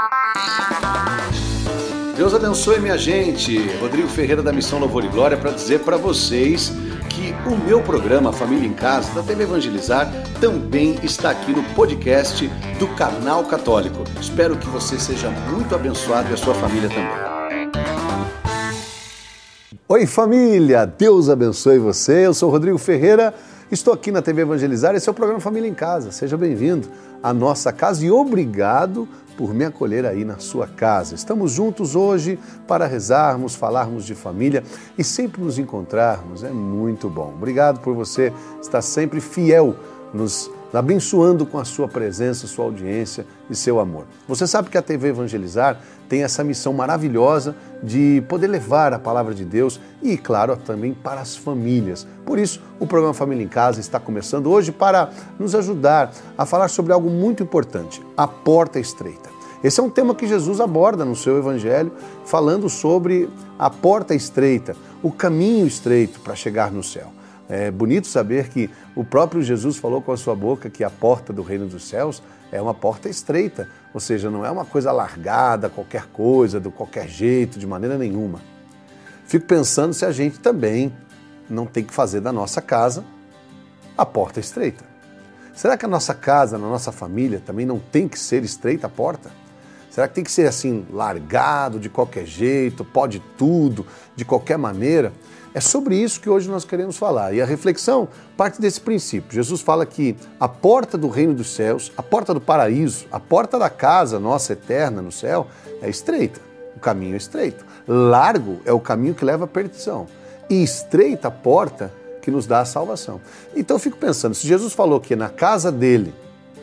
Deus abençoe, minha gente. Rodrigo Ferreira da Missão Louvor e Glória para dizer para vocês que o meu programa Família em Casa, da TV Evangelizar, também está aqui no podcast do Canal Católico. Espero que você seja muito abençoado e a sua família também. Oi, família! Deus abençoe você. Eu sou Rodrigo Ferreira, estou aqui na TV Evangelizar. Esse é o programa Família em Casa. Seja bem-vindo à nossa casa e obrigado por me acolher aí na sua casa. Estamos juntos hoje para rezarmos, falarmos de família e sempre nos encontrarmos. É muito bom. Obrigado por você estar sempre fiel, nos abençoando com a sua presença, sua audiência e seu amor. Você sabe que a TV Evangelizar tem essa missão maravilhosa de poder levar a palavra de Deus e, claro, também para as famílias. Por isso, o programa Família em Casa está começando hoje para nos ajudar a falar sobre algo muito importante, a porta estreita. Esse é um tema que Jesus aborda no seu Evangelho, falando sobre a porta estreita, o caminho estreito para chegar no céu. É bonito saber que o próprio Jesus falou com a sua boca que a porta do reino dos céus é uma porta estreita, ou seja, não é uma coisa largada, qualquer coisa, do qualquer jeito, de maneira nenhuma. Fico pensando se a gente também não tem que fazer da nossa casa a porta estreita. Será que a nossa casa, na nossa família, também não tem que ser estreita a porta? Será que tem que ser assim, largado, de qualquer jeito, pode tudo, de qualquer maneira? É sobre isso que hoje nós queremos falar. E a reflexão parte desse princípio. Jesus fala que a porta do reino dos céus, a porta do paraíso, a porta da casa nossa eterna no céu é estreita. O caminho é estreito. Largo é o caminho que leva à perdição. E estreita a porta que nos dá a salvação. Então eu fico pensando, se Jesus falou que na casa dele,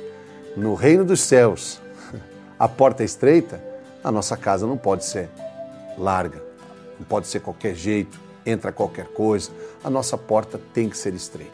no reino dos céus, a porta é estreita, a nossa casa não pode ser larga, não pode ser qualquer jeito, entra qualquer coisa, a nossa porta tem que ser estreita.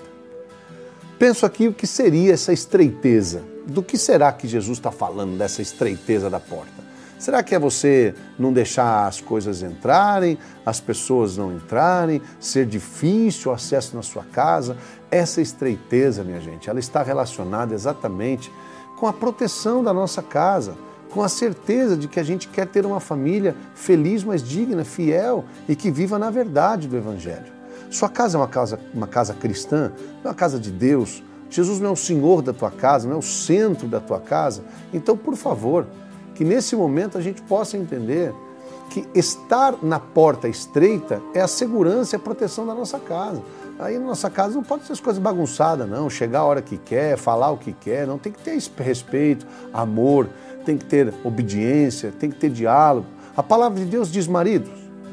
Penso aqui o que seria essa estreiteza. Do que será que Jesus está falando dessa estreiteza da porta? Será que é você não deixar as coisas entrarem, as pessoas não entrarem, ser difícil o acesso na sua casa? Essa estreiteza, minha gente, ela está relacionada exatamente com a proteção da nossa casa, com a certeza de que a gente quer ter uma família feliz, mas digna, fiel e que viva na verdade do Evangelho. Sua casa é uma casa cristã, é uma casa de Deus. Jesus não é o Senhor da tua casa, não é o centro da tua casa. Então, por favor, que nesse momento a gente possa entender que estar na porta estreita é a segurança e a proteção da nossa casa. Aí na nossa casa não pode ser as coisas bagunçadas, não. Chegar a hora que quer, falar o que quer, não. Tem que ter respeito, amor, tem que ter obediência, tem que ter diálogo. A palavra de Deus diz, maridos,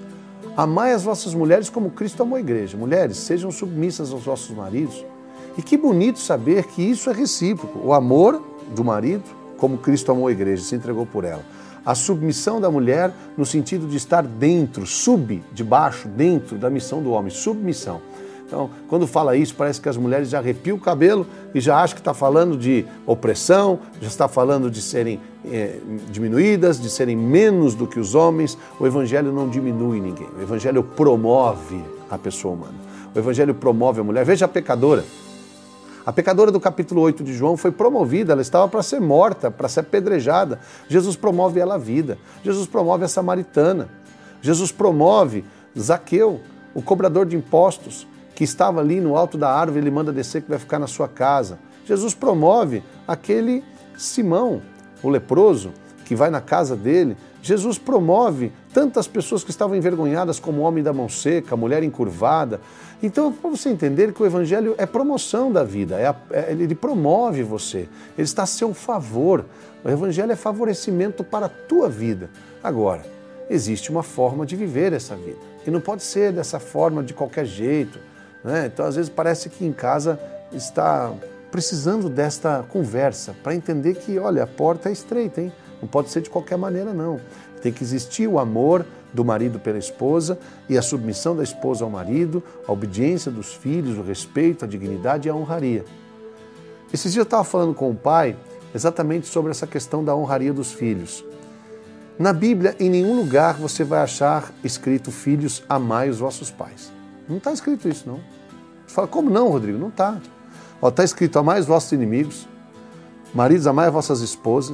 amai as vossas mulheres como Cristo amou a igreja. Mulheres, sejam submissas aos vossos maridos. E que bonito saber que isso é recíproco. O amor do marido, como Cristo amou a igreja, se entregou por ela. A submissão da mulher no sentido de estar dentro, debaixo, dentro da missão do homem, submissão. Então, quando fala isso, parece que as mulheres já arrepiam o cabelo e já acham que está falando de opressão, já está falando de serem diminuídas, de serem menos do que os homens. O Evangelho não diminui ninguém. O Evangelho promove a pessoa humana. O Evangelho promove a mulher. Veja a pecadora. A pecadora do capítulo 8 de João foi promovida, ela estava para ser morta, para ser apedrejada. Jesus promove ela à vida. Jesus promove a samaritana. Jesus promove Zaqueu, o cobrador de impostos, que estava ali no alto da árvore, ele manda descer que vai ficar na sua casa. Jesus promove aquele Simão, o leproso, que vai na casa dele. Jesus promove tantas pessoas que estavam envergonhadas, como o homem da mão seca, a mulher encurvada. Então, para você entender que o Evangelho é promoção da vida, ele promove você, ele está a seu favor. O Evangelho é favorecimento para a tua vida. Agora, existe uma forma de viver essa vida. E não pode ser dessa forma de qualquer jeito, né? Então, às vezes, parece que em casa está precisando desta conversa para entender que, olha, a porta é estreita, hein? Não pode ser de qualquer maneira, não. Tem que existir o amor do marido pela esposa e a submissão da esposa ao marido, a obediência dos filhos, o respeito, a dignidade e a honraria. Esses dias eu estava falando com o pai exatamente sobre essa questão da honraria dos filhos. Na Bíblia, em nenhum lugar você vai achar escrito, filhos, amai os vossos pais. Não está escrito isso, não. Você fala, como não, Rodrigo? Não está. Está escrito, amai os vossos inimigos, maridos, amai as vossas esposas,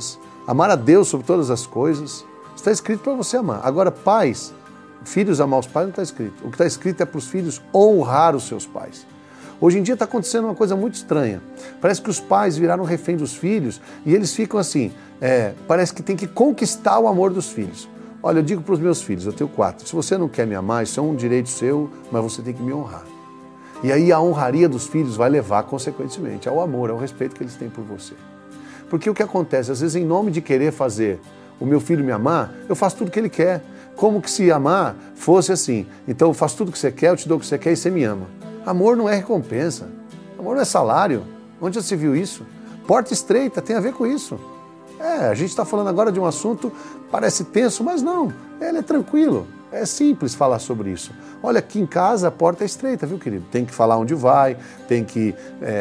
Amar a Deus sobre todas as coisas. Está escrito para você amar. Agora, pais, filhos amar os pais não está escrito. O que está escrito é para os filhos honrar os seus pais. Hoje em dia está acontecendo uma coisa muito estranha. Parece que os pais viraram refém dos filhos e eles ficam assim, parece que tem que conquistar o amor dos filhos. Olha, eu digo para os meus filhos, eu tenho 4, se você não quer me amar, isso é um direito seu, mas você tem que me honrar. E aí a honraria dos filhos vai levar, consequentemente, ao amor, ao respeito que eles têm por você. Porque o que acontece? Às vezes, em nome de querer fazer o meu filho me amar, eu faço tudo o que ele quer. Como que se amar fosse assim, então eu faço tudo o que você quer, eu te dou o que você quer e você me ama. Amor não é recompensa, amor não é salário. Onde já se viu isso? Porta estreita tem a ver com isso. A gente está falando agora de um assunto, parece tenso, mas não, ele é tranquilo. É simples falar sobre isso. Olha, aqui em casa a porta é estreita, viu, querido? Tem que falar onde vai, tem que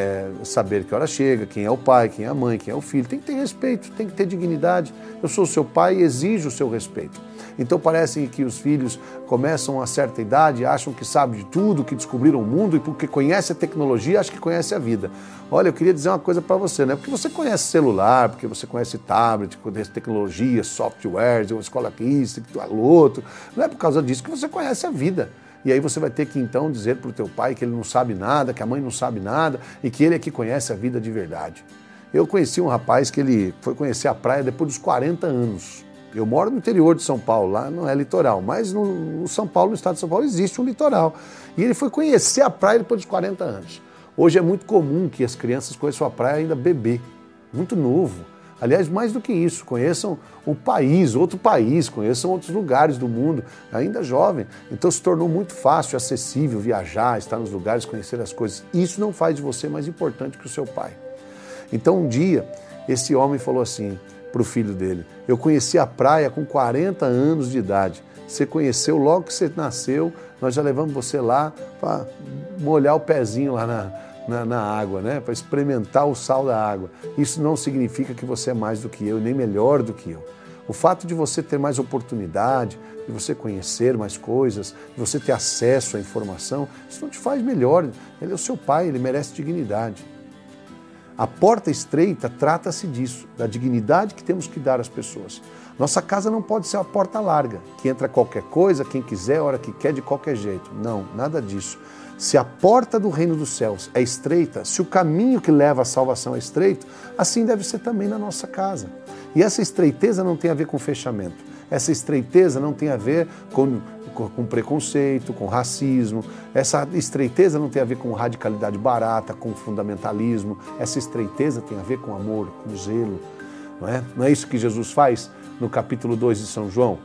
saber que hora chega, quem é o pai, quem é a mãe, quem é o filho. Tem que ter respeito, tem que ter dignidade. Eu sou seu pai e exijo o seu respeito. Então parece que os filhos começam a certa idade, acham que sabem de tudo, que descobriram o mundo e porque conhece a tecnologia, acham que conhece a vida. Olha, eu queria dizer uma coisa para você, né? Porque você conhece celular, porque você conhece tablet, conhece tecnologia, softwares, uma escola aqui, isso, aquilo outro. Não é por causa disso que você conhece a vida. E aí você vai ter que então dizer para o teu pai que ele não sabe nada, que a mãe não sabe nada e que ele é que conhece a vida de verdade. Eu conheci um rapaz que ele foi conhecer a praia depois dos 40 anos. Eu moro no interior de São Paulo, lá não é litoral, mas no São Paulo, no estado de São Paulo, existe um litoral. E ele foi conhecer a praia depois dos 40 anos. Hoje é muito comum que as crianças conheçam a praia ainda bebê, muito novo. Aliás, mais do que isso, conheçam o país, outro país, conheçam outros lugares do mundo, ainda jovem. Então se tornou muito fácil, acessível viajar, estar nos lugares, conhecer as coisas. Isso não faz de você mais importante que o seu pai. Então um dia, esse homem falou assim para o filho dele: eu conheci a praia com 40 anos de idade. Você conheceu logo que você nasceu, nós já levamos você lá para molhar o pezinho lá na água, né? Para experimentar o sal da água. Isso não significa que você é mais do que eu, nem melhor do que eu. O fato de você ter mais oportunidade, de você conhecer mais coisas, de você ter acesso à informação, isso não te faz melhor. Ele é o seu pai, ele merece dignidade. A porta estreita trata-se disso, da dignidade que temos que dar às pessoas. Nossa casa não pode ser uma porta larga, que entra qualquer coisa, quem quiser, a hora que quer, de qualquer jeito. Não, nada disso. Se a porta do reino dos céus é estreita, se o caminho que leva à salvação é estreito, assim deve ser também na nossa casa. E essa estreiteza não tem a ver com fechamento. Essa estreiteza não tem a ver com preconceito, com racismo. Essa estreiteza não tem a ver com radicalidade barata, com fundamentalismo. Essa estreiteza tem a ver com amor, com zelo. Não é isso que Jesus faz no capítulo 2 de São João?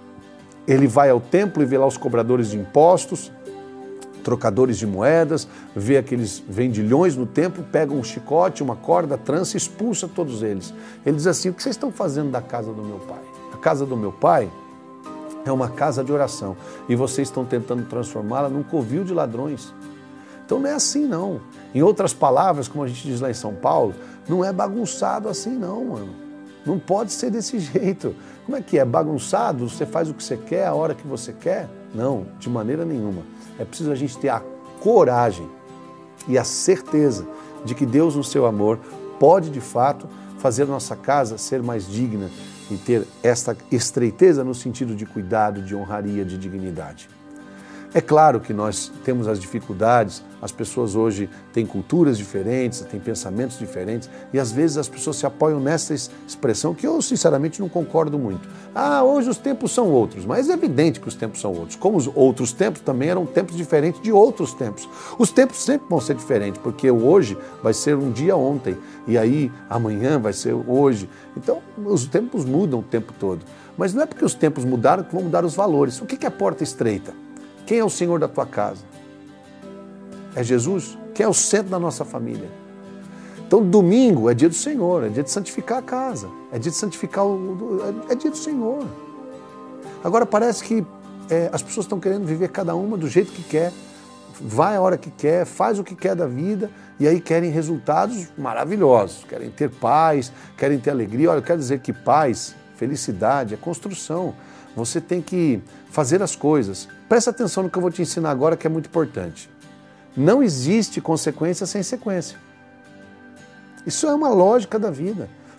Ele vai ao templo e vê lá os cobradores de impostos, trocadores de moedas, vê aqueles vendilhões no templo, pega um chicote, uma corda, trança e expulsa todos eles. Ele diz assim: o que vocês estão fazendo da casa do meu pai? A casa do meu pai é uma casa de oração e vocês estão tentando transformá-la num covil de ladrões. Então não é assim não. Em outras palavras, como a gente diz lá em São Paulo, não é bagunçado assim não, mano. Não pode ser desse jeito. Como é que é? Bagunçado? Você faz o que você quer, a hora que você quer? Não, de maneira nenhuma. É preciso a gente ter a coragem e a certeza de que Deus, no seu amor, pode de fato fazer a nossa casa ser mais digna e ter esta estreiteza no sentido de cuidado, de honraria, de dignidade. É claro que nós temos as dificuldades, as pessoas hoje têm culturas diferentes, têm pensamentos diferentes e às vezes as pessoas se apoiam nessa expressão que eu sinceramente não concordo muito. Hoje os tempos são outros, mas é evidente que os tempos são outros. Como os outros tempos também eram tempos diferentes de outros tempos. Os tempos sempre vão ser diferentes, porque o hoje vai ser um dia ontem e aí amanhã vai ser hoje. Então os tempos mudam o tempo todo. Mas não é porque os tempos mudaram que vão mudar os valores. O que é porta estreita? Quem é o Senhor da tua casa? É Jesus? Quem é o centro da nossa família? Então, domingo é dia do Senhor, é dia de santificar a casa, é dia de santificar é dia do Senhor. Agora parece que as pessoas estão querendo viver cada uma do jeito que quer, vai a hora que quer, faz o que quer da vida e aí querem resultados maravilhosos, querem ter paz, querem ter alegria. Olha, eu quero dizer que paz, felicidade é construção. Você tem que fazer as coisas. Presta atenção no que eu vou te ensinar agora, que é muito importante. Não existe consequência sem sequência. Isso é uma lógica da vida.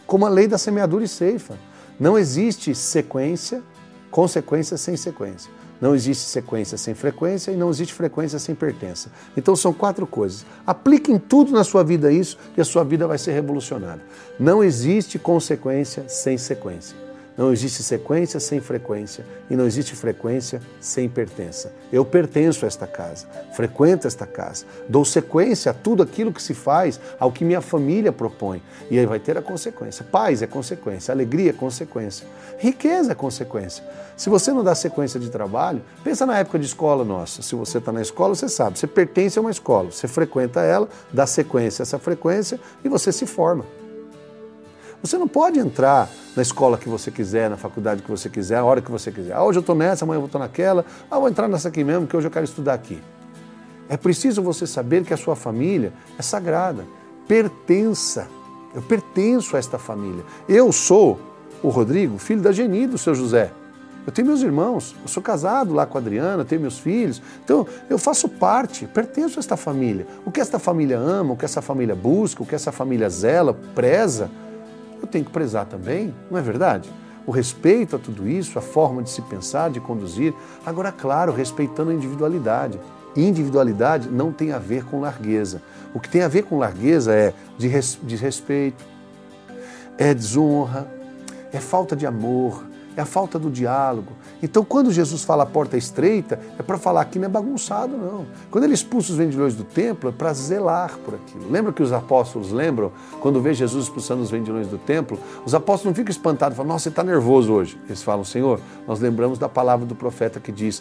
como a lei da semeadura e ceifa. Não existe consequência sem sequência. Não existe sequência sem frequência e não existe frequência sem pertença. Então são 4 coisas. Apliquem tudo na sua vida isso e a sua vida vai ser revolucionada. Não existe consequência sem sequência. Não existe sequência sem frequência e não existe frequência sem pertença. Eu pertenço a esta casa, frequento esta casa, dou sequência a tudo aquilo que se faz, ao que minha família propõe. E aí vai ter a consequência. Paz é consequência, alegria é consequência, riqueza é consequência. Se você não dá sequência de trabalho, pensa na época de escola nossa. Se você está na escola, você sabe, você pertence a uma escola, você frequenta ela, dá sequência a essa frequência e você se forma. Você não pode entrar na escola que você quiser, na faculdade que você quiser, a hora que você quiser. Hoje eu estou nessa, amanhã eu estou naquela, vou entrar nessa aqui mesmo, que hoje eu quero estudar aqui. É preciso você saber que a sua família é sagrada. Pertença. Eu pertenço a esta família. Eu sou o Rodrigo, filho da Geni, do seu José. Eu tenho meus irmãos, eu sou casado lá com a Adriana, tenho meus filhos. Então, eu faço parte, pertenço a esta família. O que esta família ama, o que essa família busca, o que essa família zela, preza, eu tenho que prezar também, não é verdade? O respeito a tudo isso, a forma de se pensar, de conduzir. Agora, claro, respeitando a individualidade. Individualidade não tem a ver com largueza. O que tem a ver com largueza é desrespeito, é desonra, é falta de amor, é a falta do diálogo. Então, quando Jesus fala a porta estreita, é para falar que não é bagunçado, não. Quando ele expulsa os vendilhões do templo, é para zelar por aquilo. Lembra que os apóstolos lembram? Quando vê Jesus expulsando os vendilhões do templo, os apóstolos não ficam espantados, falam, nossa, você está nervoso hoje. Eles falam, Senhor, nós lembramos da palavra do profeta que diz,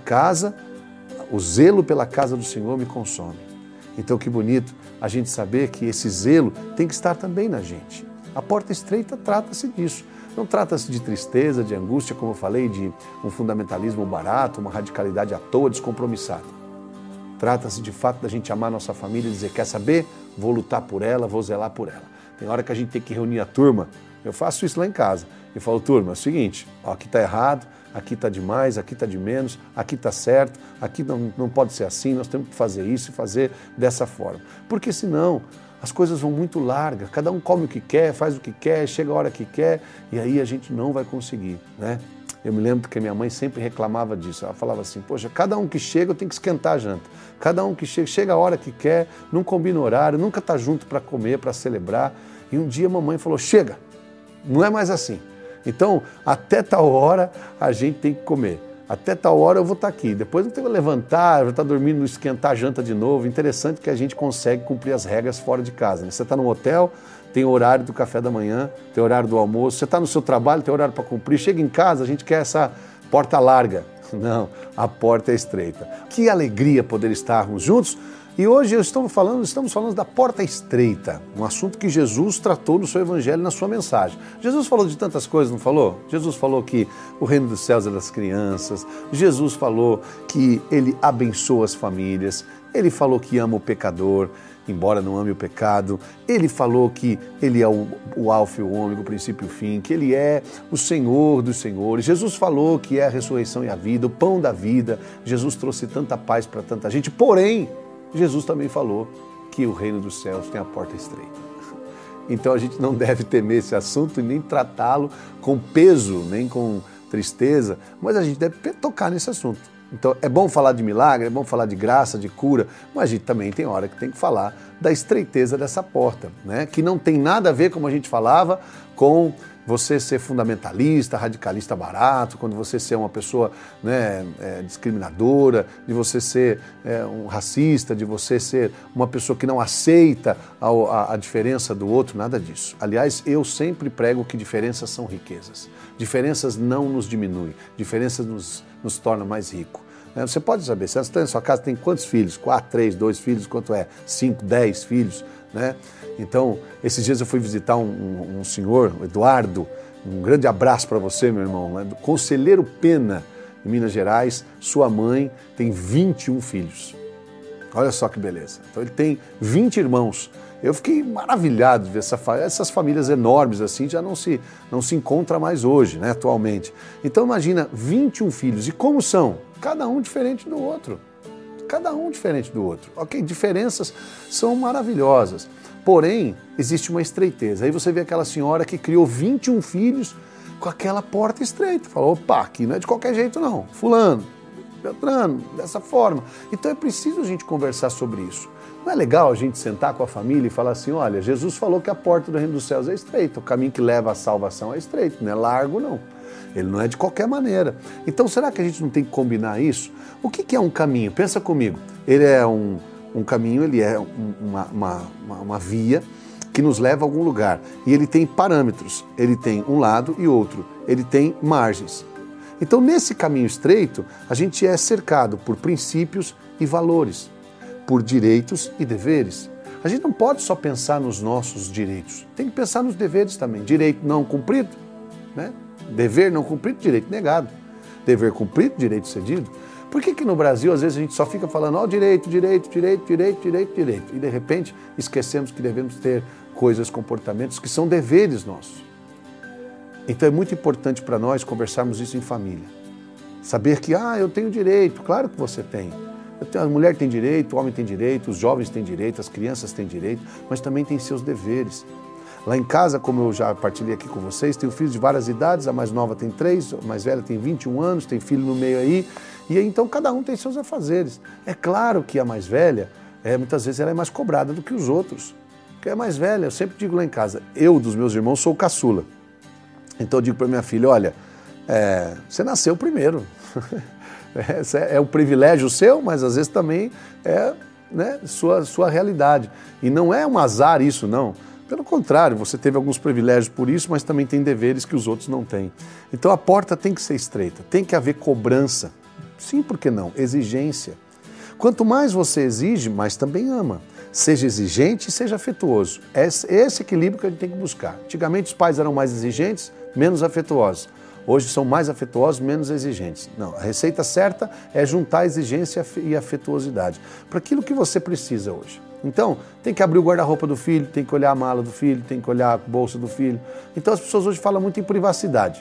o zelo pela casa do Senhor me consome. Então, que bonito a gente saber que esse zelo tem que estar também na gente. A porta estreita trata-se disso. Não trata-se de tristeza, de angústia, como eu falei, de um fundamentalismo barato, uma radicalidade à toa, descompromissada. Trata-se de fato da gente amar nossa família e dizer, quer saber? Vou lutar por ela, vou zelar por ela. Tem hora que a gente tem que reunir a turma, eu faço isso lá em casa. Eu falo, turma, é o seguinte, aqui está errado, aqui está demais, aqui está de menos, aqui está certo, aqui não pode ser assim, nós temos que fazer isso e fazer dessa forma. Porque senão as coisas vão muito largas, cada um come o que quer, faz o que quer, chega a hora que quer, e aí a gente não vai conseguir, né? Eu me lembro que a minha mãe sempre reclamava disso, ela falava assim, poxa, cada um que chega eu tenho que esquentar a janta, cada um que chega a hora que quer, não combina horário, nunca está junto para comer, para celebrar, e um dia a mamãe falou, chega, não é mais assim, então até tal hora a gente tem que comer. Até tal hora eu vou estar aqui, depois eu tenho que levantar, eu vou estar dormindo, esquentar a janta de novo. Interessante que a gente consegue cumprir as regras fora de casa, né? Você está num hotel, tem horário do café da manhã, tem horário do almoço, você está no seu trabalho, tem horário para cumprir, chega em casa, a gente quer essa porta larga. Não, a porta é estreita. Que alegria poder estarmos juntos. E hoje estamos falando da porta estreita, um assunto que Jesus tratou no seu evangelho, na sua mensagem. Jesus falou de tantas coisas, não falou? Jesus falou que o reino dos céus é das crianças, Jesus falou que ele abençoa as famílias, ele falou que ama o pecador, embora não ame o pecado, ele falou que ele é o alfa e o ômega, o princípio e o fim, que ele é o Senhor dos senhores. Jesus falou que é a ressurreição e a vida, o pão da vida. Jesus trouxe tanta paz para tanta gente, porém, Jesus também falou que o reino dos céus tem a porta estreita. Então a gente não deve temer esse assunto e nem tratá-lo com peso, nem com tristeza, mas a gente deve tocar nesse assunto. Então é bom falar de milagre, é bom falar de graça, de cura, mas a gente também tem hora que tem que falar da estreiteza dessa porta, né? Que não tem nada a ver, como a gente falava, com você ser fundamentalista, radicalista barato, quando você ser uma pessoa, né, discriminadora, de você ser um racista, de você ser uma pessoa que não aceita a diferença do outro, nada disso. Aliás, eu sempre prego que diferenças são riquezas. Diferenças não nos diminuem, diferenças nos tornam mais ricos. Você pode saber, se você está na sua casa, tem quantos filhos? 4, 3, 2 filhos, quanto é? 5, 10 filhos, né? Então, esses dias eu fui visitar um senhor, o Eduardo, um grande abraço para você, meu irmão, né? Do Conselheiro Pena, em Minas Gerais. Sua mãe tem 21 filhos. Olha só que beleza. Então ele tem 20 irmãos. Eu fiquei maravilhado de ver essas famílias enormes assim, já não se encontra mais hoje, né, atualmente. Então imagina, 21 filhos. E como são? Cada um diferente do outro. Cada um diferente do outro. Ok, diferenças são maravilhosas. Porém, existe uma estreiteza. Aí você vê aquela senhora que criou 21 filhos com aquela porta estreita. Falou, opa, aqui não é de qualquer jeito não. Fulano, Beltrano, dessa forma. Então é preciso a gente conversar sobre isso. Não é legal a gente sentar com a família e falar assim, olha, Jesus falou que a porta do reino dos céus é estreita, o caminho que leva à salvação é estreito, não é largo não. Ele não é de qualquer maneira. Então será que a gente não tem que combinar isso? O que é um caminho? Pensa comigo. Ele é um caminho, ele é uma via que nos leva a algum lugar. E ele tem parâmetros. Ele tem um lado e outro. Ele tem margens. Então, nesse caminho estreito, a gente é cercado por princípios e valores, por direitos e deveres. A gente não pode só pensar nos nossos direitos. Tem que pensar nos deveres também. Direito não cumprido, né? Dever não cumprido, direito negado. Dever cumprido, direito cedido. Por que no Brasil, às vezes, a gente só fica falando, ó, direito, direito, direito, direito, direito, direito. E, de repente, esquecemos que devemos ter coisas, comportamentos que são deveres nossos. Então, é muito importante para nós conversarmos isso em família. Saber que, eu tenho direito. Claro que você tem. A mulher tem direito, o homem tem direito, os jovens têm direito, as crianças têm direito, mas também têm seus deveres. Lá em casa, como eu já partilhei aqui com vocês, tenho filhos de várias idades, a mais nova tem 3, a mais velha tem 21 anos, tem filho no meio aí, e aí, então cada um tem seus afazeres. É claro que a mais velha, muitas vezes ela é mais cobrada do que os outros, porque é mais velha. Eu sempre digo lá em casa, eu dos meus irmãos sou o caçula. Então eu digo para minha filha, olha, você nasceu primeiro, é um privilégio seu, mas às vezes também é, né, sua realidade. E não é um azar isso, não. Pelo contrário, você teve alguns privilégios por isso, mas também tem deveres que os outros não têm. Então a porta tem que ser estreita, tem que haver cobrança. Sim, por que não? Exigência. Quanto mais você exige, mais também ama. Seja exigente e seja afetuoso. Esse equilíbrio que a gente tem que buscar. Antigamente os pais eram mais exigentes, menos afetuosos. Hoje são mais afetuosos, menos exigentes. Não, a receita certa é juntar a exigência e a afetuosidade para aquilo que você precisa hoje. Então, tem que abrir o guarda-roupa do filho, tem que olhar a mala do filho, tem que olhar a bolsa do filho. Então as pessoas hoje falam muito em privacidade.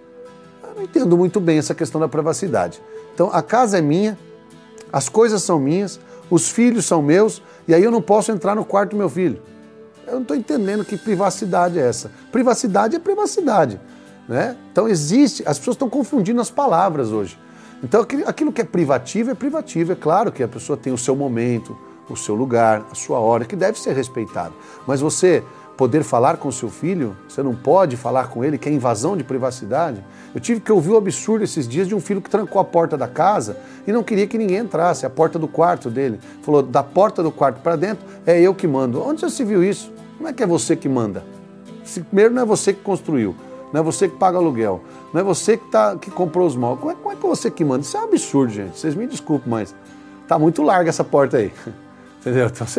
Eu não entendo muito bem essa questão da privacidade. Então, a casa é minha, as coisas são minhas, os filhos são meus, e aí eu não posso entrar no quarto do meu filho. Eu não estou entendendo que privacidade é essa. Privacidade é privacidade, né? Então existe, as pessoas estão confundindo as palavras hoje. Então aquilo que é privativo, é claro que a pessoa tem o seu momento, o seu lugar, a sua hora, que deve ser respeitado. Mas você poder falar com o seu filho, você não pode falar com ele, que é invasão de privacidade. Eu tive que ouvir o absurdo esses dias de um filho que trancou a porta da casa e não queria que ninguém entrasse, a porta do quarto dele. Falou, da porta do quarto para dentro, é eu que mando. Onde já se viu isso? Como é que é você que manda? Primeiro, não é você que construiu, não é você que paga aluguel, não é você que comprou os móveis. Como é que é você que manda? Isso é um absurdo, gente. Vocês me desculpem, mas tá muito larga essa porta aí. Entendeu? Então,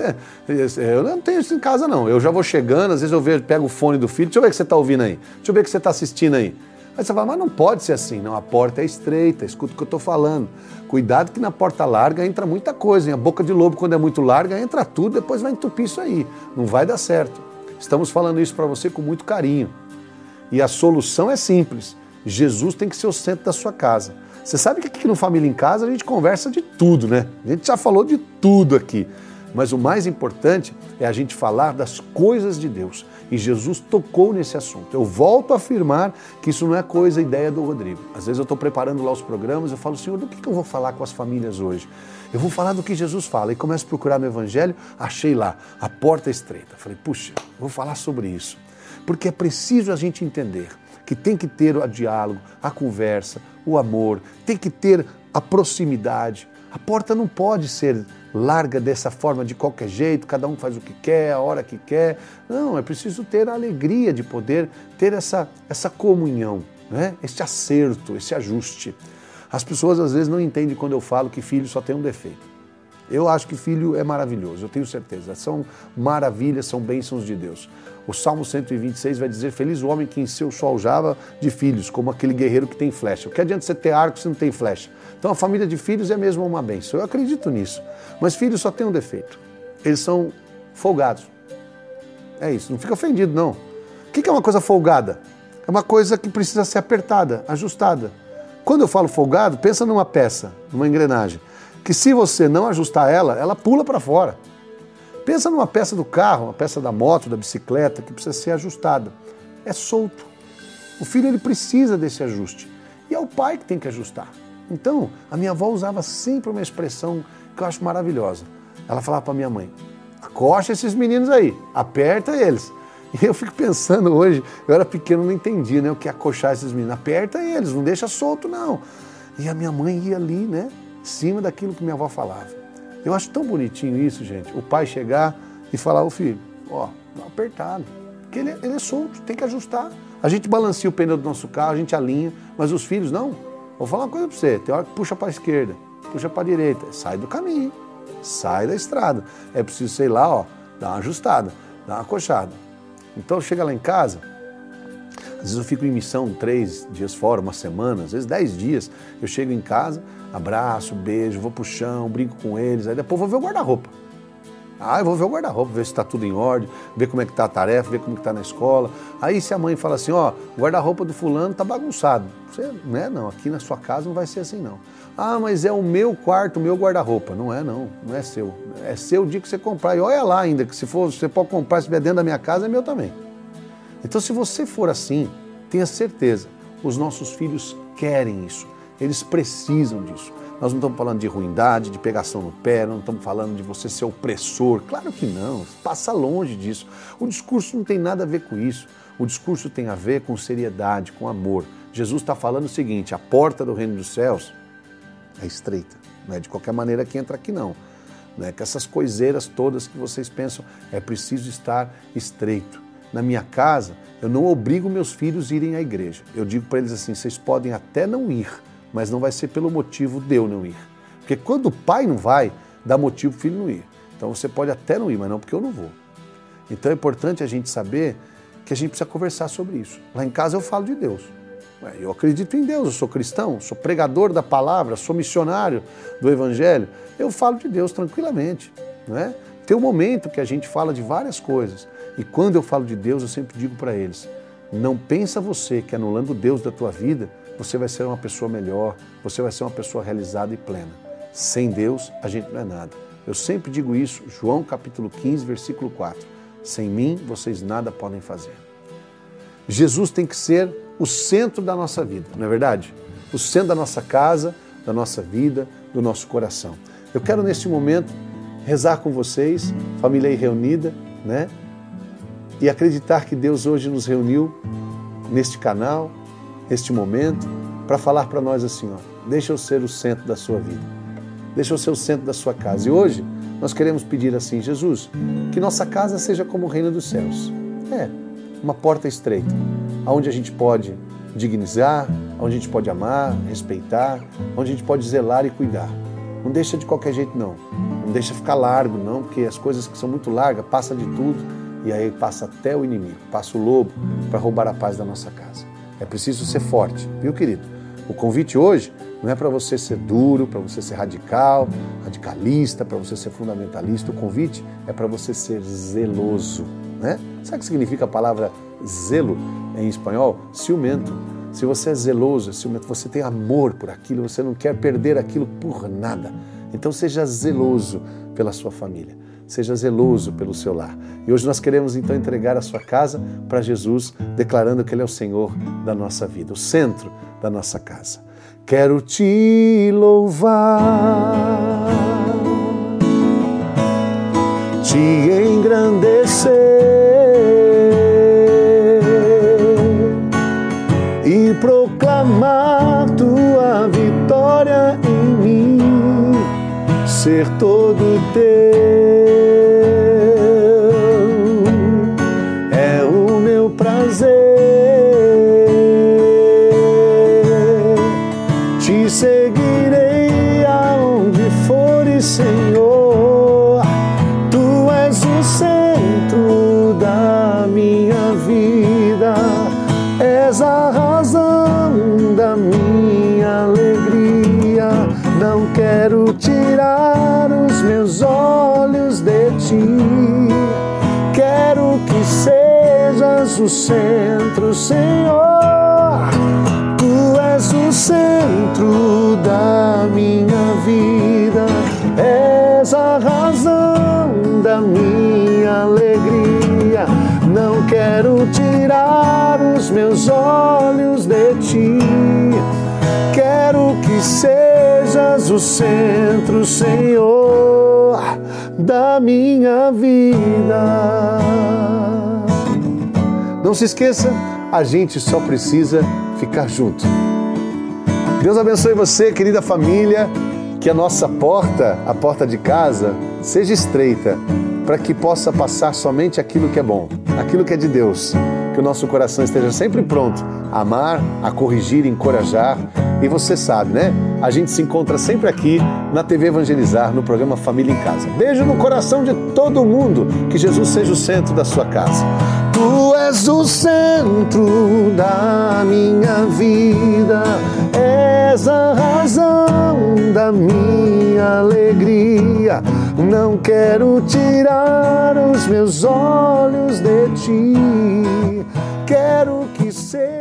eu não tenho isso em casa, não. Eu já vou chegando, às vezes eu pego o fone do filho, deixa eu ver o que você está ouvindo aí, deixa eu ver o que você está assistindo aí. Aí você fala, mas não pode ser assim. Não, a porta é estreita, escuta o que eu estou falando. Cuidado que na porta larga entra muita coisa. Hein? A boca de lobo, quando é muito larga, entra tudo, depois vai entupir isso aí. Não vai dar certo. Estamos falando isso para você com muito carinho. E a solução é simples. Jesus tem que ser o centro da sua casa. Você sabe que aqui no Família em Casa a gente conversa de tudo, né? A gente já falou de tudo aqui. Mas o mais importante é a gente falar das coisas de Deus. E Jesus tocou nesse assunto. Eu volto a afirmar que isso não é coisa, ideia do Rodrigo. Às vezes eu estou preparando lá os programas, eu falo, Senhor, do que eu vou falar com as famílias hoje? Eu vou falar do que Jesus fala. E começo a procurar no Evangelho, achei lá, a porta estreita. Falei, puxa, vou falar sobre isso. Porque é preciso a gente entender que tem que ter o diálogo, a conversa, o amor, tem que ter a proximidade. A porta não pode ser larga dessa forma, de qualquer jeito, cada um faz o que quer, a hora que quer. Não, é preciso ter a alegria de poder ter essa comunhão, né? Esse acerto, esse ajuste. As pessoas às vezes não entendem quando eu falo que filho só tem um defeito. Eu acho que filho é maravilhoso, eu tenho certeza. São maravilhas, são bênçãos de Deus. O Salmo 126 vai dizer, feliz o homem que em seu sol aljava de filhos, como aquele guerreiro que tem flecha. O que adianta você ter arco se não tem flecha? Então a família de filhos é mesmo uma bênção. Eu acredito nisso. Mas filhos só tem um defeito. Eles são folgados. É isso, não fica ofendido não. O que é uma coisa folgada? É uma coisa que precisa ser apertada, ajustada. Quando eu falo folgado, pensa numa peça, numa engrenagem, que se você não ajustar ela, ela pula para fora. Pensa numa peça do carro, uma peça da moto, da bicicleta, que precisa ser ajustada. É solto. O filho ele precisa desse ajuste. E é o pai que tem que ajustar. Então, a minha avó usava sempre uma expressão que eu acho maravilhosa. Ela falava para minha mãe, acocha esses meninos aí, aperta eles. E eu fico pensando hoje, eu era pequeno, não entendia, né, o que é acochar esses meninos. Aperta eles, não deixa solto não. E a minha mãe ia ali, né, em cima daquilo que minha avó falava. Eu acho tão bonitinho isso, gente, o pai chegar e falar, ô filho, ó, dá uma apertada. Porque ele é solto, tem que ajustar. A gente balanceia o pneu do nosso carro, a gente alinha, mas os filhos não. Vou falar uma coisa para você, tem hora que puxa para a esquerda, puxa para a direita, sai do caminho, sai da estrada. É preciso, sei lá, ó, dar uma ajustada, dar uma acochada. Então chega lá em casa, às vezes eu fico em missão 3 dias fora, uma semana, às vezes 10 dias. Eu chego em casa, abraço, beijo, vou pro chão, brinco com eles, aí depois vou ver o guarda-roupa. Eu vou ver o guarda-roupa, ver se está tudo em ordem, ver como é que está a tarefa, ver como que está na escola. Aí se a mãe fala assim, ó, o guarda-roupa do fulano está bagunçado. Você, não, aqui na sua casa não vai ser assim não. Mas é o meu quarto, o meu guarda-roupa. Não é seu. É seu o dia que você comprar. E olha lá ainda, que se for, você pode comprar, se vier dentro da minha casa, é meu também. Então se você for assim, tenha certeza, os nossos filhos querem isso, eles precisam disso. Nós não estamos falando de ruindade, de pegação no pé, não estamos falando de você ser opressor. Claro que não, passa longe disso. O discurso não tem nada a ver com isso. O discurso tem a ver com seriedade, com amor. Jesus está falando o seguinte, a porta do reino dos céus é estreita. Não é de qualquer maneira que entra aqui não. Não é que essas coiseiras todas que vocês pensam, é preciso estar estreito. Na minha casa, eu não obrigo meus filhos a irem à igreja. Eu digo para eles assim, vocês podem até não ir, mas não vai ser pelo motivo de eu não ir. Porque quando o pai não vai, dá motivo para o filho não ir. Então você pode até não ir, mas não porque eu não vou. Então é importante a gente saber que a gente precisa conversar sobre isso. Lá em casa eu falo de Deus. Eu acredito em Deus, eu sou cristão, sou pregador da palavra, sou missionário do evangelho. Eu falo de Deus tranquilamente. Não é? Tem um momento que a gente fala de várias coisas. E quando eu falo de Deus, eu sempre digo para eles, não pensa você que anulando Deus da tua vida, você vai ser uma pessoa melhor, você vai ser uma pessoa realizada e plena. Sem Deus, a gente não é nada. Eu sempre digo isso, João capítulo 15, versículo 4. Sem mim, vocês nada podem fazer. Jesus tem que ser o centro da nossa vida, não é verdade? O centro da nossa casa, da nossa vida, do nosso coração. Eu quero neste momento rezar com vocês, família aí reunida, né? E acreditar que Deus hoje nos reuniu neste canal, neste momento, para falar para nós assim, ó, deixa eu ser o centro da sua vida, deixa eu ser o centro da sua casa. E hoje nós queremos pedir assim, Jesus, que nossa casa seja como o reino dos céus. Uma porta estreita, onde a gente pode dignizar, onde a gente pode amar, respeitar, onde a gente pode zelar e cuidar. Não deixa de qualquer jeito não, não deixa ficar largo não, porque as coisas que são muito largas, passa de tudo e aí passa até o inimigo, passa o lobo para roubar a paz da nossa casa. É preciso ser forte, viu, querido? O convite hoje não é para você ser duro, para você ser radical, radicalista, para você ser fundamentalista. O convite é para você ser zeloso, né? Sabe o que significa a palavra zelo em espanhol? Ciumento. Se você é zeloso, ciumento, você tem amor por aquilo, você não quer perder aquilo por nada. Então seja zeloso pela sua família. Seja zeloso pelo seu lar. E hoje nós queremos então entregar a sua casa para Jesus, declarando que Ele é o Senhor da nossa vida, o centro da nossa casa. Quero te louvar, te engrandecer e proclamar tua vitória em mim, ser todo teu. Te seguirei aonde fores, Senhor. Tu és o centro da minha vida, és a razão da minha alegria. Não quero tirar os meus olhos de ti, quero que sejas o centro, Senhor. Tu és o centro da minha vida, és a razão da minha sejas o centro, Senhor, da minha vida. Não se esqueça, a gente só precisa ficar junto. Deus abençoe você, querida família, que a nossa porta, a porta de casa, seja estreita, para que possa passar somente aquilo que é bom, aquilo que é de Deus. Que o nosso coração esteja sempre pronto a amar, a corrigir, encorajar. E você sabe, né? A gente se encontra sempre aqui na TV Evangelizar, no programa Família em Casa. Beijo no coração de todo mundo. Que Jesus seja o centro da sua casa. Tu és o centro da minha vida, és a razão da minha alegria. Não quero tirar os meus olhos de ti, quero que seja